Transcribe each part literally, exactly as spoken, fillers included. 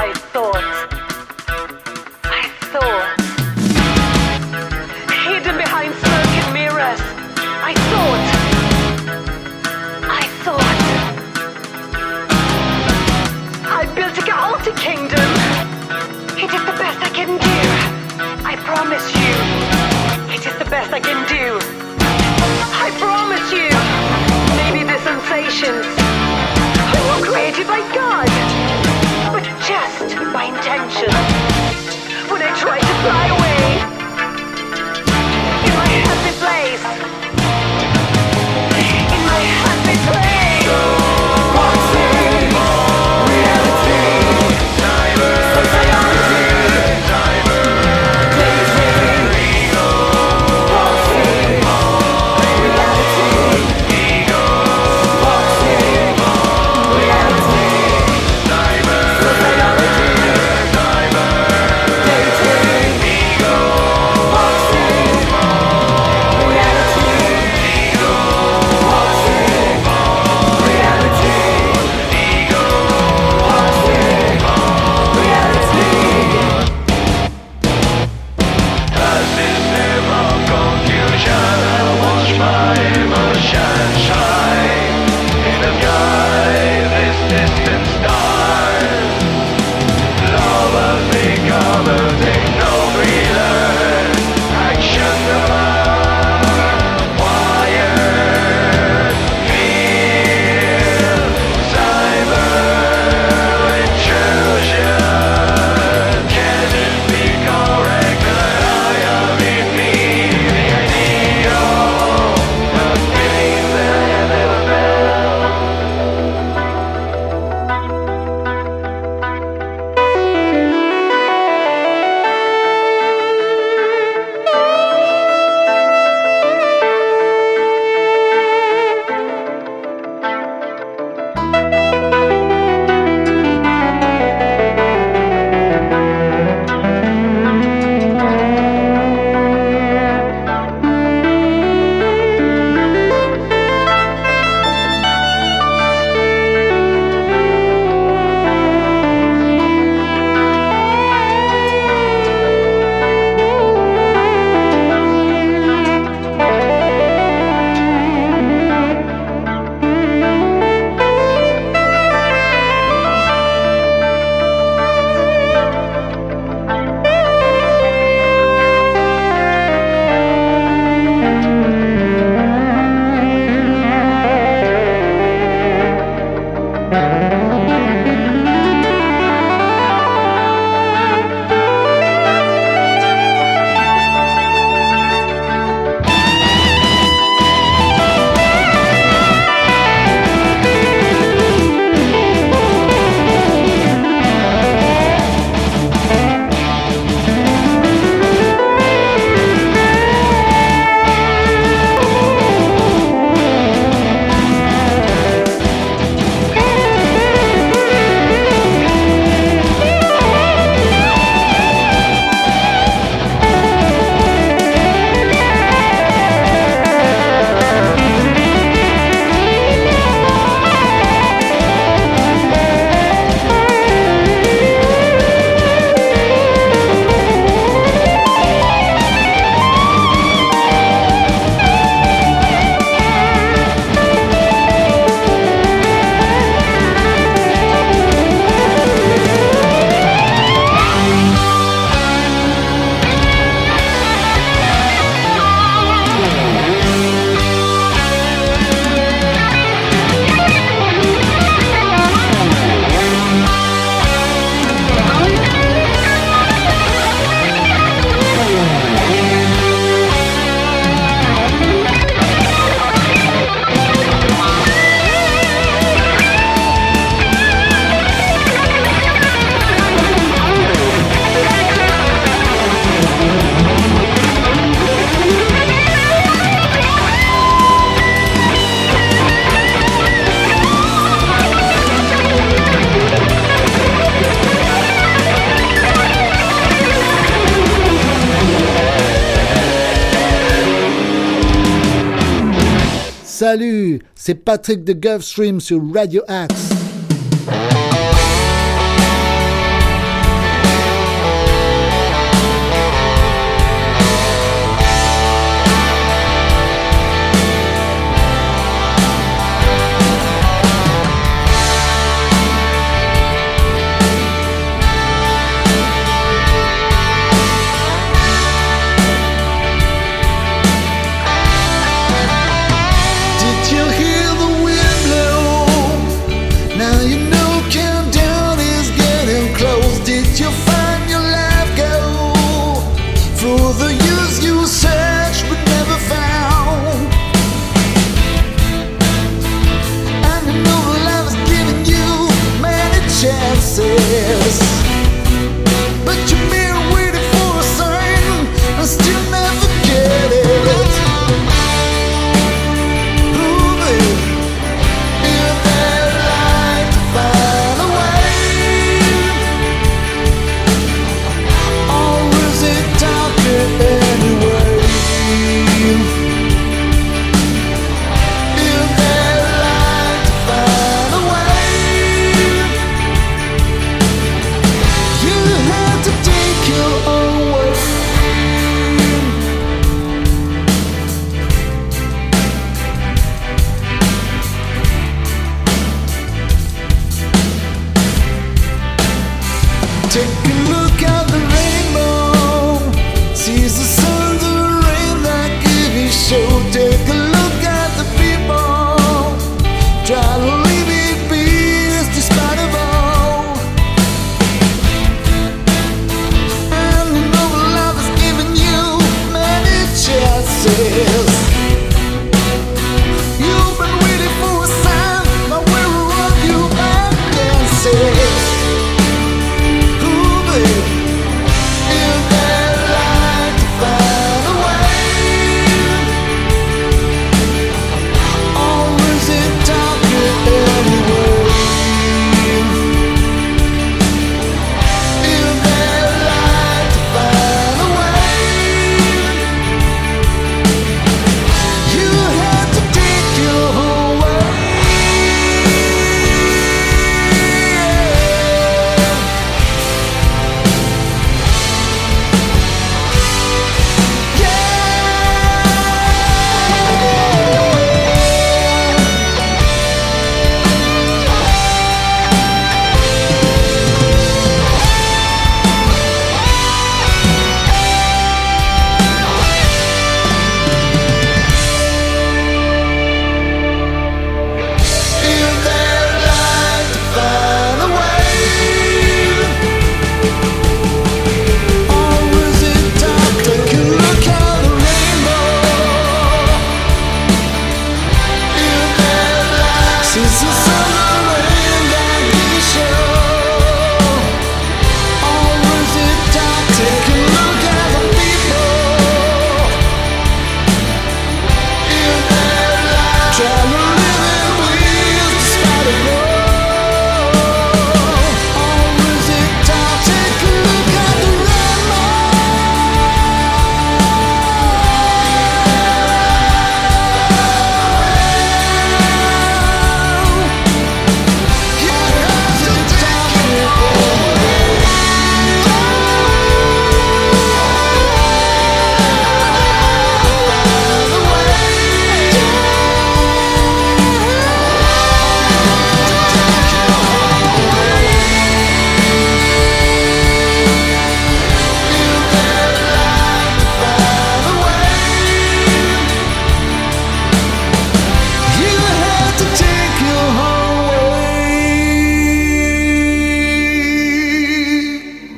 I thought, I thought, hidden behind smoke and mirrors, I thought, I thought, I built a Galactic kingdom. It is the best I can do. I promise you, it is the best I can do. I promise you, maybe the sensations were created by God, but just by intention. When I try to fly away in my happy place, in my happy place. Boxing, reality, cyber, sociology, cyber, dating, ego, boxing, reality, ego, boxing, reality, cyber, sociology, cyber, dating, ego, boxing, reality, ego, boxing, reality, ego, boxing, reality. A system of confusion, I watch my emotions shine in the sky, this distant stars. Lovers become a techno-breather, action wired, feel cyber intrusion. Can it be correct that I am in me, the ideal, the feeling that I have never felt? Salut, c'est Patrick de Gulfstream sur Radio Axe.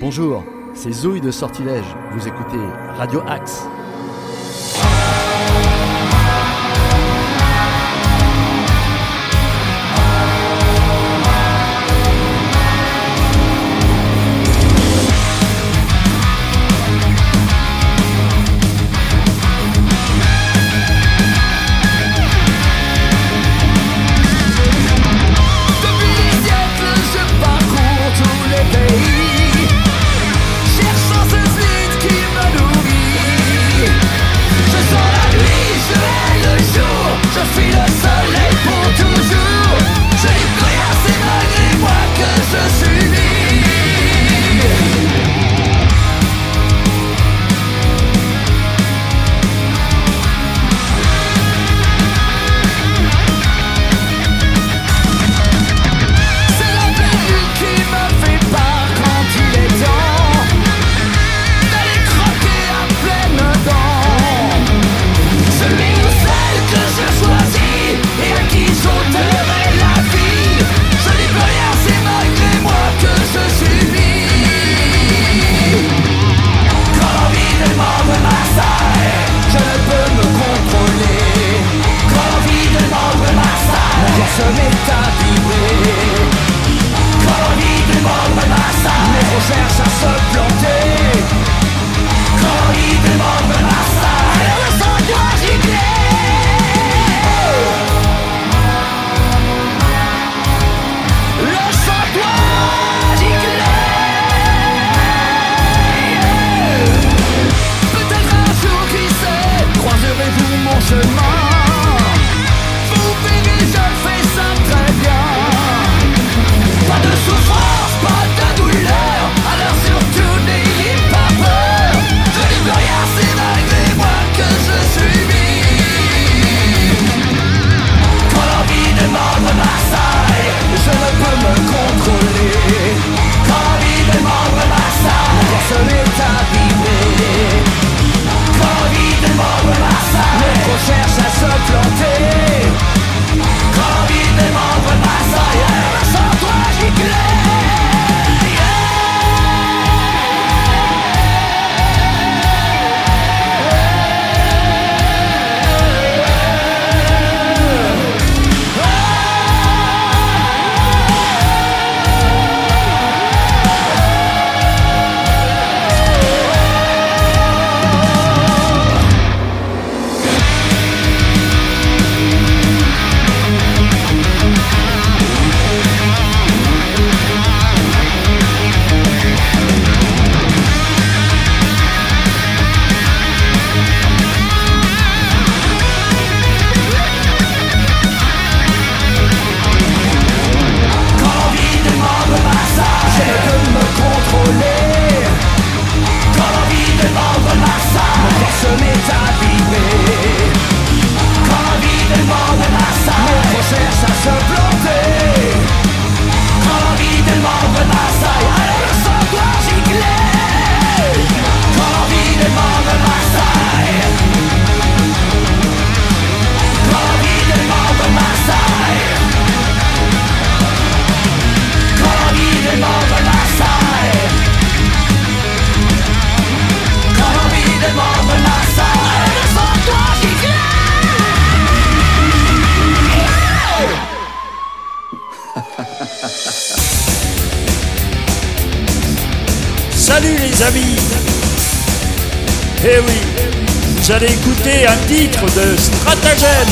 Bonjour, c'est Zouille de Sortilège. Vous écoutez Radio Axe. Salut les amis. Eh oui, vous allez écouter un titre de Stratagème.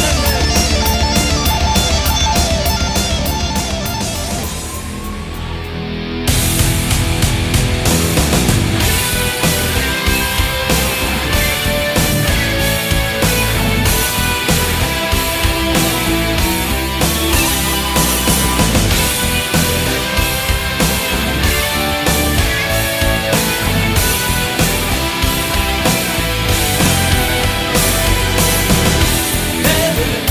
Every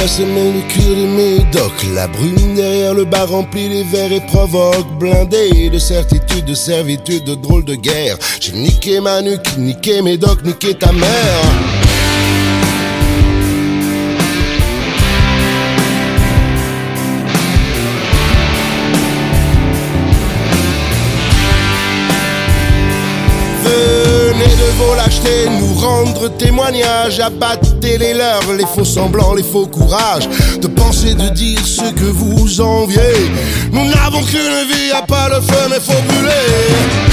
caresse mes cuir de médoc. La brume derrière le bar remplit les verres et provoque. Blindé de certitude, de servitude, de drôle de guerre. J'ai niqué ma nuque, niqué mes docs, niqué ta mère. De vos lâchetés, nous rendre témoignage, abattez les leurs, les faux semblants, les faux courages, de penser, de dire ce que vous enviez. Nous n'avons qu'une vie, y'a pas le feu mais faut brûler.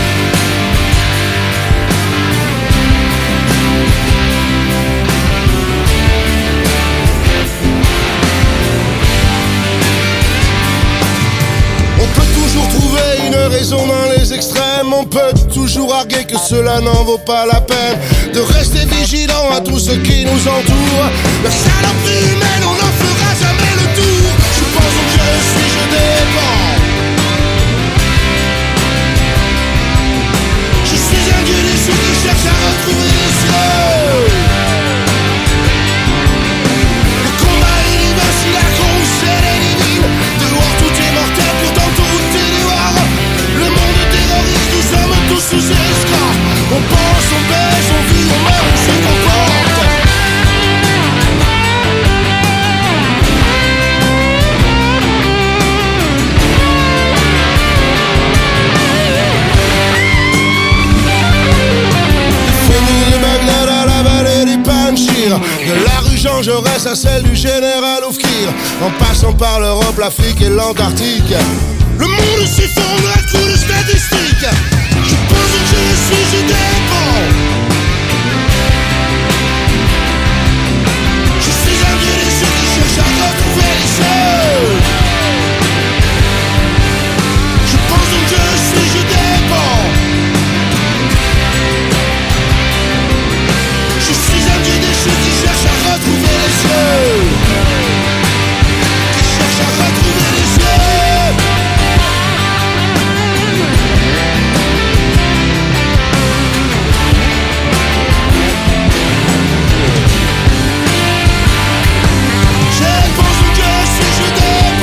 Raison dans les extrêmes, on peut toujours arguer que cela n'en vaut pas la peine de rester vigilant à tout ce qui nous entoure. La saloperie humaine, on n'en fera jamais le tour. Je pense que je suis, je dépends. Je suis un dieu des cieux qui cherche à retrouver les cieux. Le combat est libre, si la grosse elle est divine. Dehors tout est mortel, pourtant tout est dehors. Le monde terroriste, nous sommes tous sous escorte. On pense, on baisse, on vit, on meurt, on se comporte. Fini de Bagdad à la vallée du Panchir, de la rue Jean Jaurès à celle du général Oufkir, en passant par l'Europe, l'Afrique et l'Antarctique. Le monde s'effondre à coups de statistiques. Je pense que je suis, je dépends. Je suis un vieux des cieux qui cherche à retrouver les cieux. Je pense que je suis, je dépends. Je suis un vieux des cieux qui cherche à retrouver les cieux. Qui cherche à retrouver les cieux. Je pense que je suis, je dépends.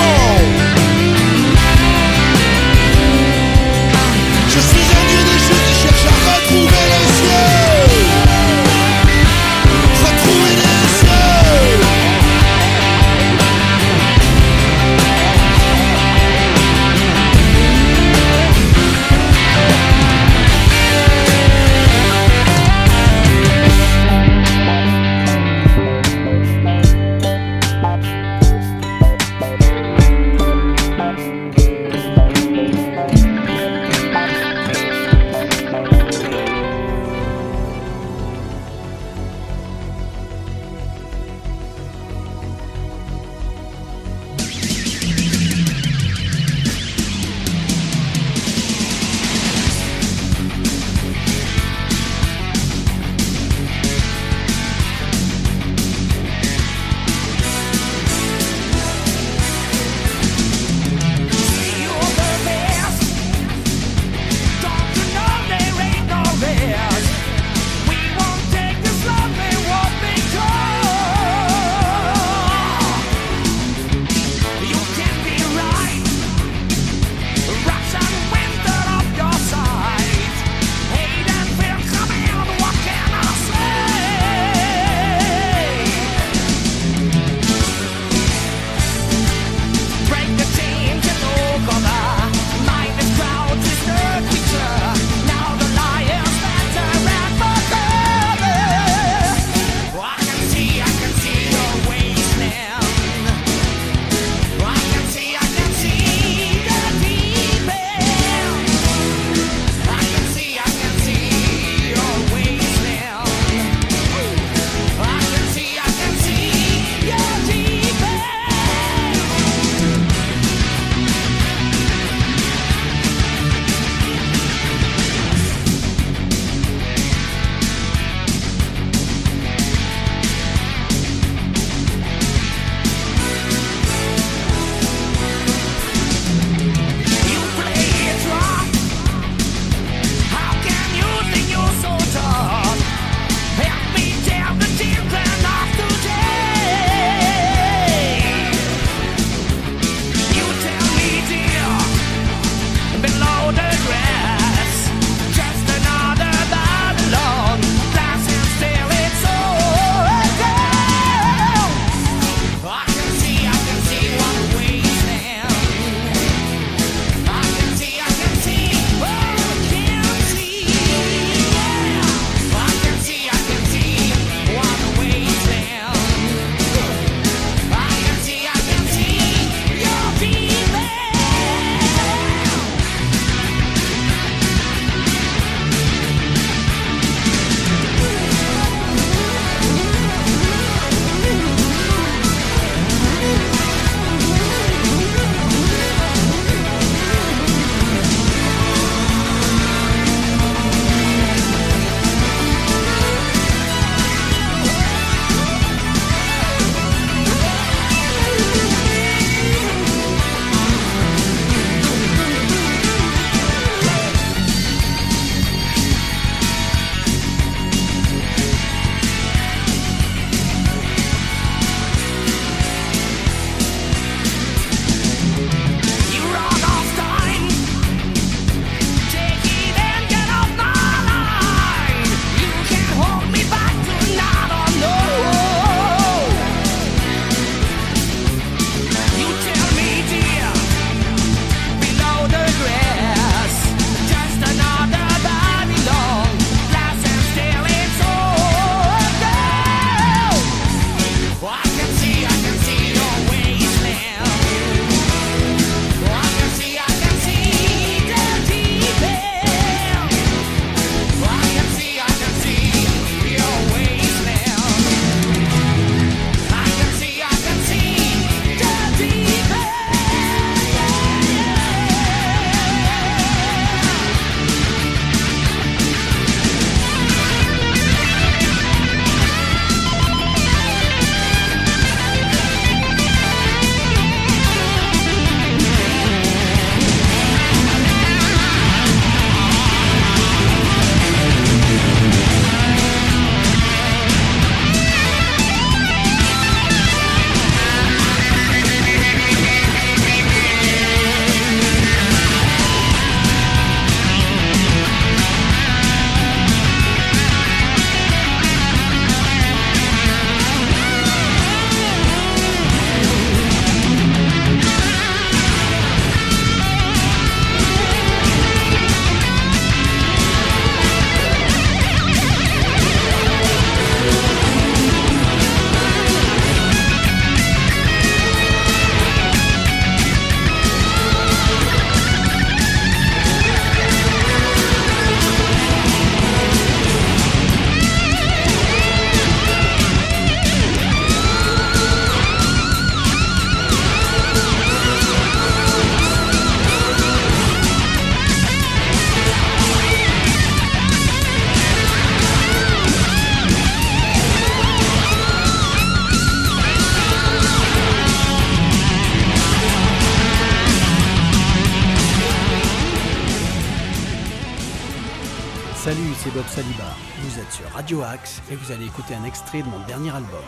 Salut, c'est Bob Saliba. Vous êtes sur Radio Axe et vous allez écouter un extrait de mon dernier album.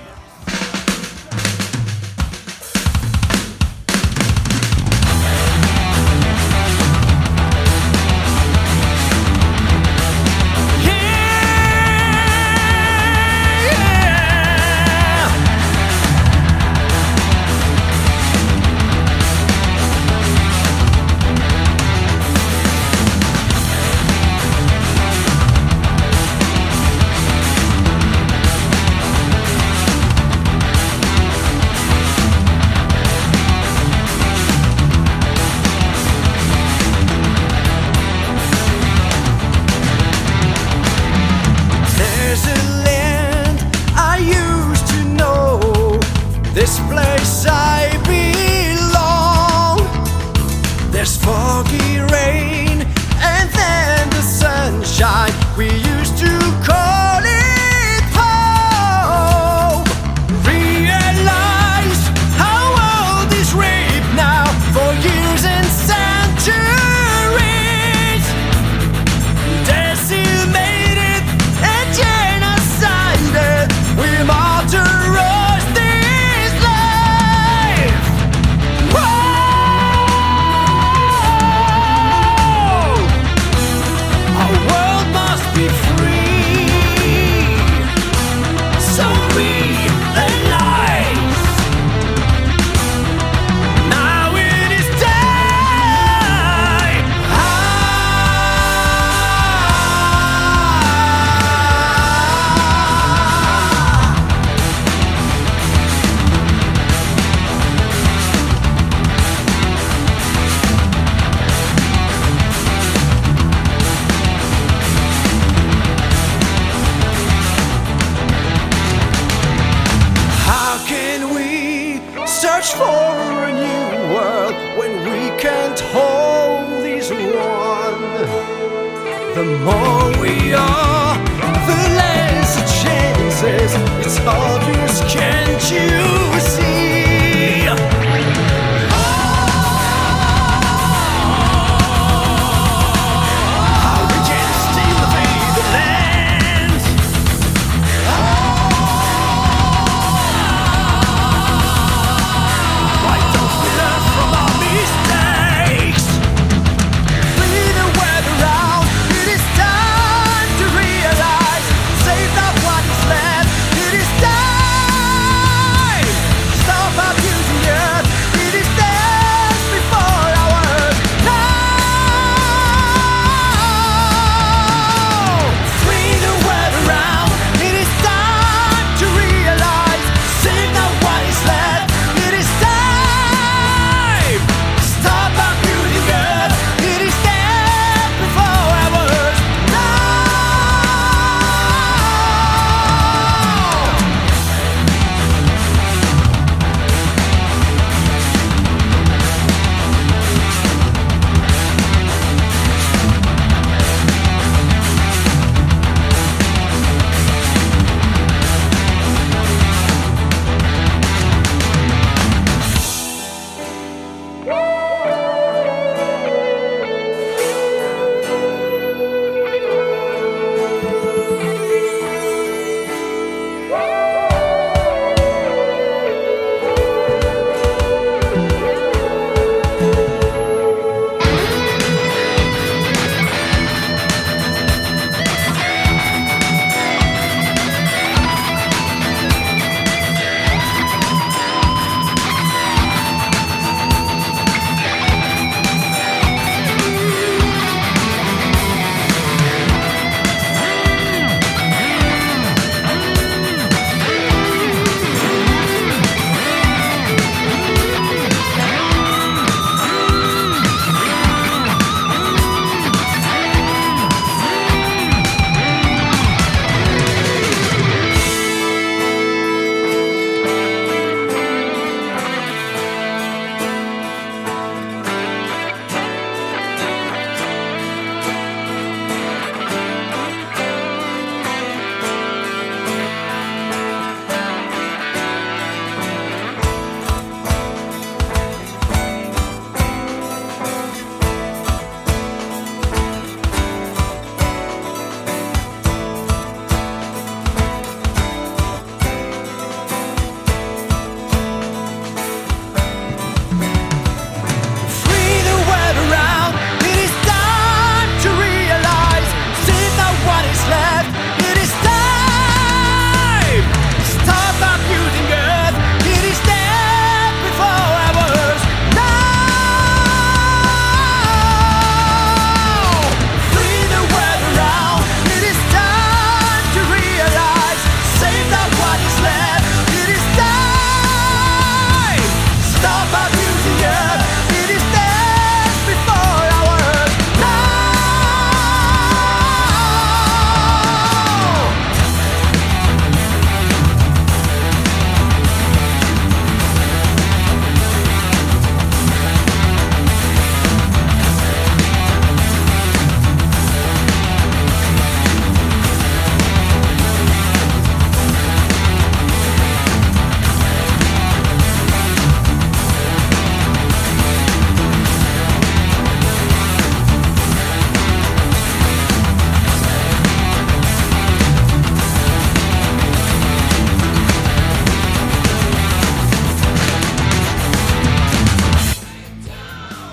This place I belong. There's foggy rain and then the sunshine. We used to call it home. Realize how old is rape now, for years and centuries. Decimated and genocided. We martyred. Search for a new world when we can't hold this one. The more we are, the less it chances. It's obvious, can't you see? Time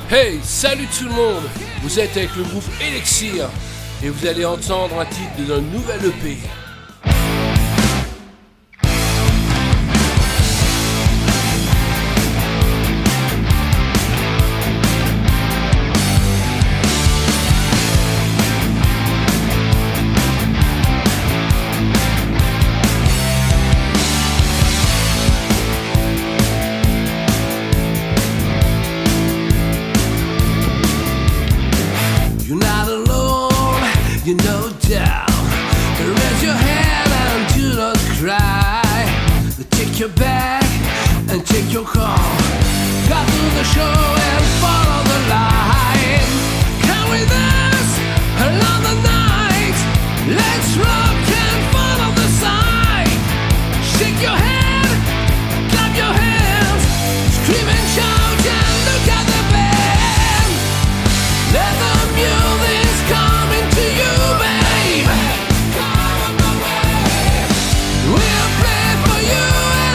Hey, salut tout le monde! Vous êtes avec le groupe Elixir et vous allez entendre un titre de notre nouvelle E P. Your bag and take your call. Got through the show and follow the line. Come with us another night. Let's rock and follow the sign. Shake your head, clap your hands, scream and shout and look at the band. Let the music's coming to you, babe. We'll play for you.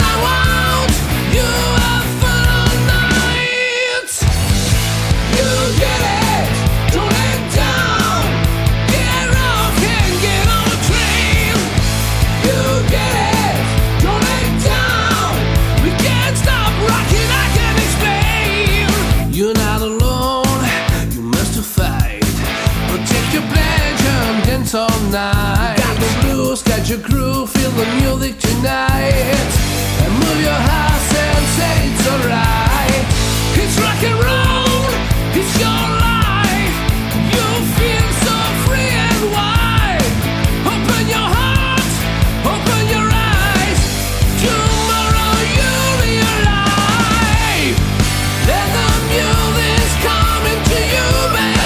All night. Got the blues, got your crew, feel the music tonight. And move your house and say it's alright. It's rock and roll, it's your life. You feel so free and wide. Open your heart, open your eyes. Tomorrow you'll realize that the music's coming to you, babe.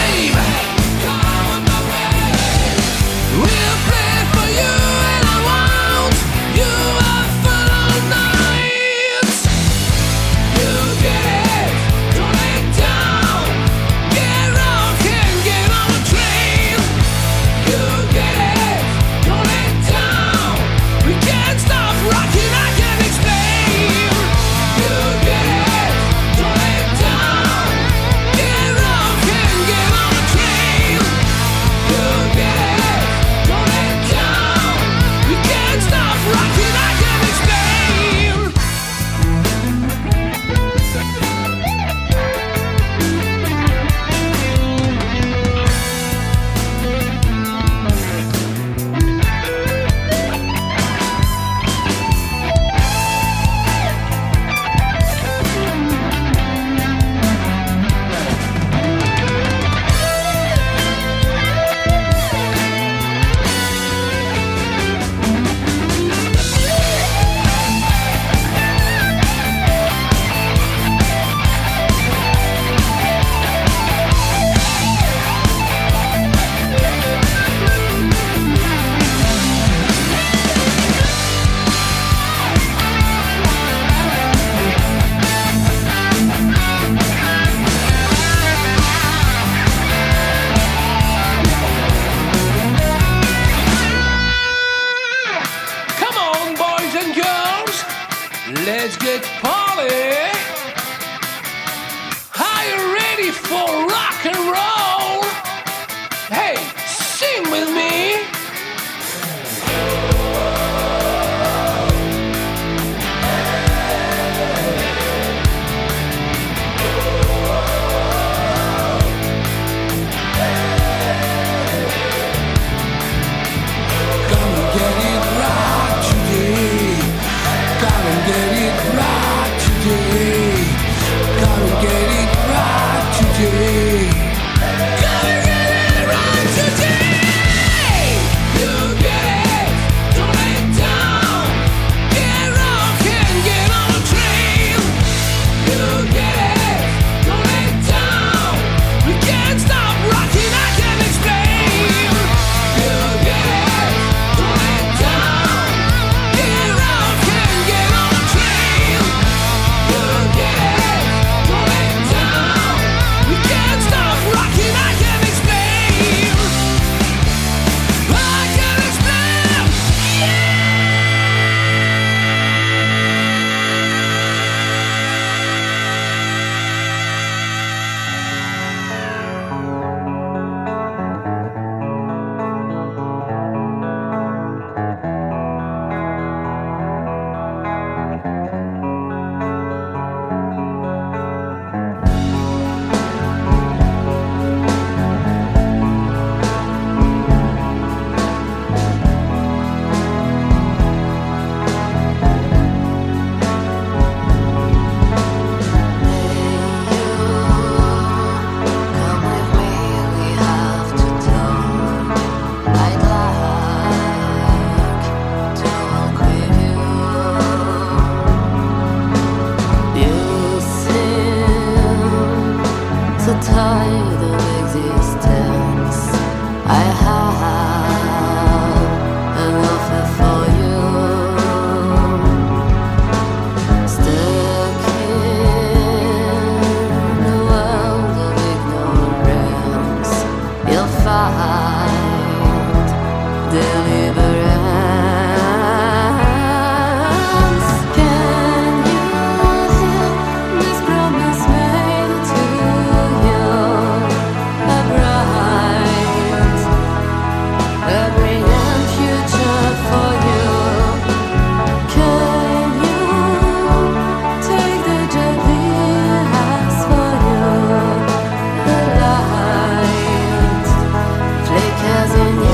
We'll play for you and I want you have fun all night. You get it, don't let down. the tide of existence. I have an offer for you. Stuck in a world of ignorance, you'll find deliverance. Can you hear this promise made to you? A bright, a brilliant future for you. Can you take the job he has for you? The light flickers in you.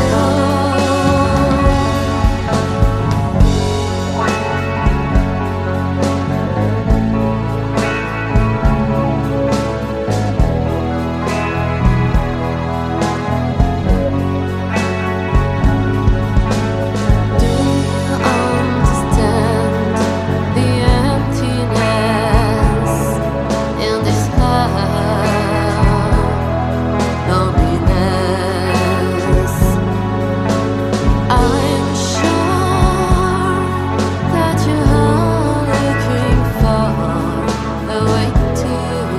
Do you understand the emptiness in this heart? Loneliness. I'm sure that you are looking for a way to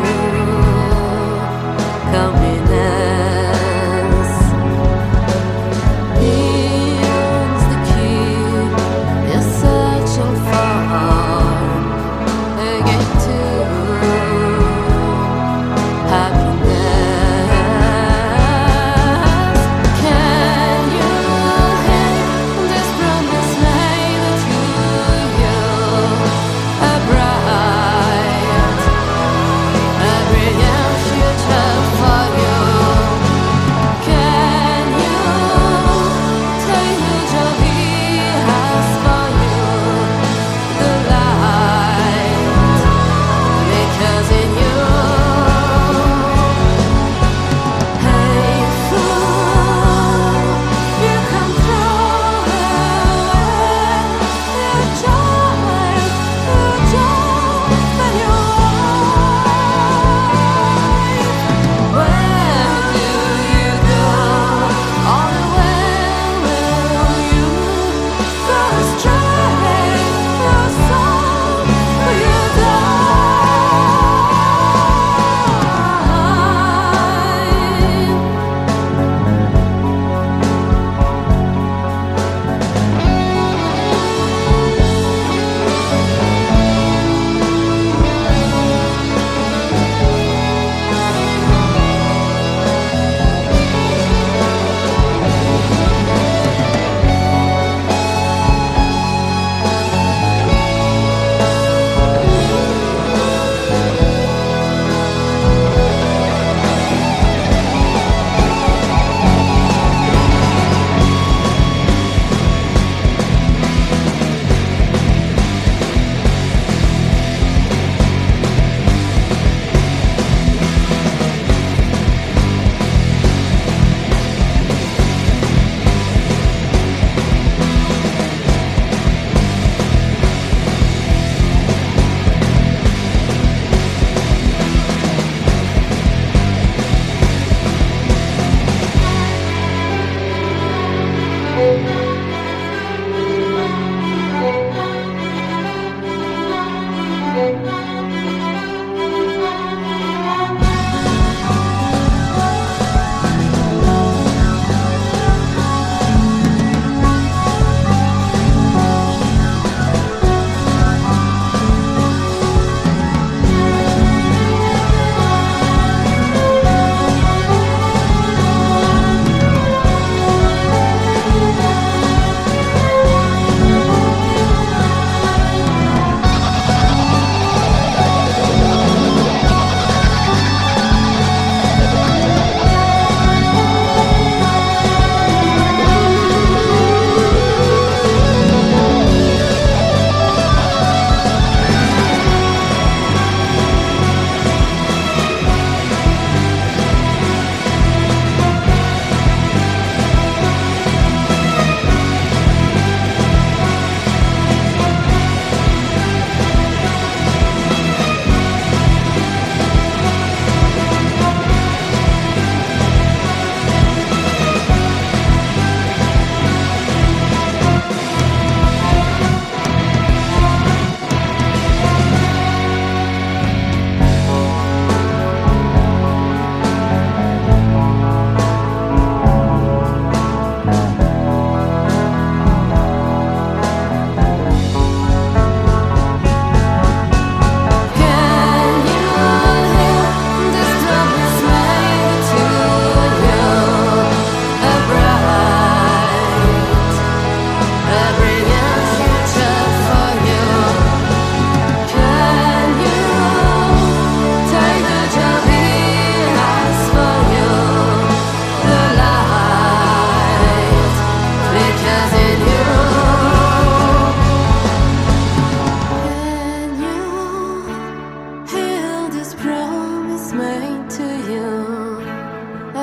comeliness. Beyond the key you're searching for, a gate to happiness. Can you hear this promise made to you? A bright, a brilliant future for you.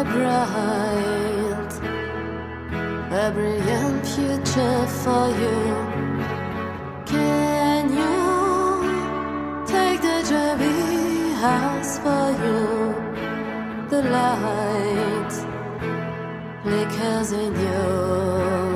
a bright, a brilliant future for you. Can you take the job he has for you? The light flickers in you.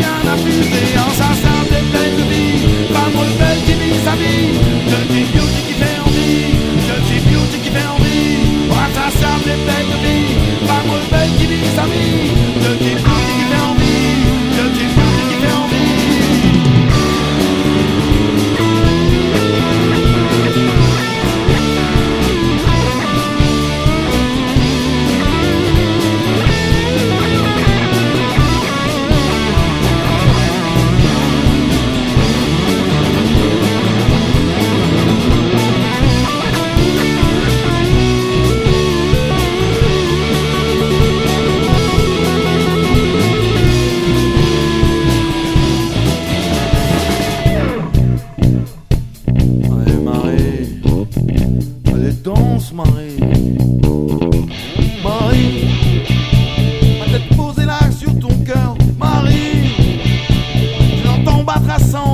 rien à fuser. En sa simple et pleine de vie, femme rebelle qui vit sa vie. Dirty beauty qui fait envie, dirty beauty qui fait envie. En sa simple et pleine de vie, femme rebelle qui vit sa vie. Dirty beauty qui fait envie, dirty beauty qui fait envie. Marie, ma tête posée là sur ton cœur, Marie, je l'entends battre à cent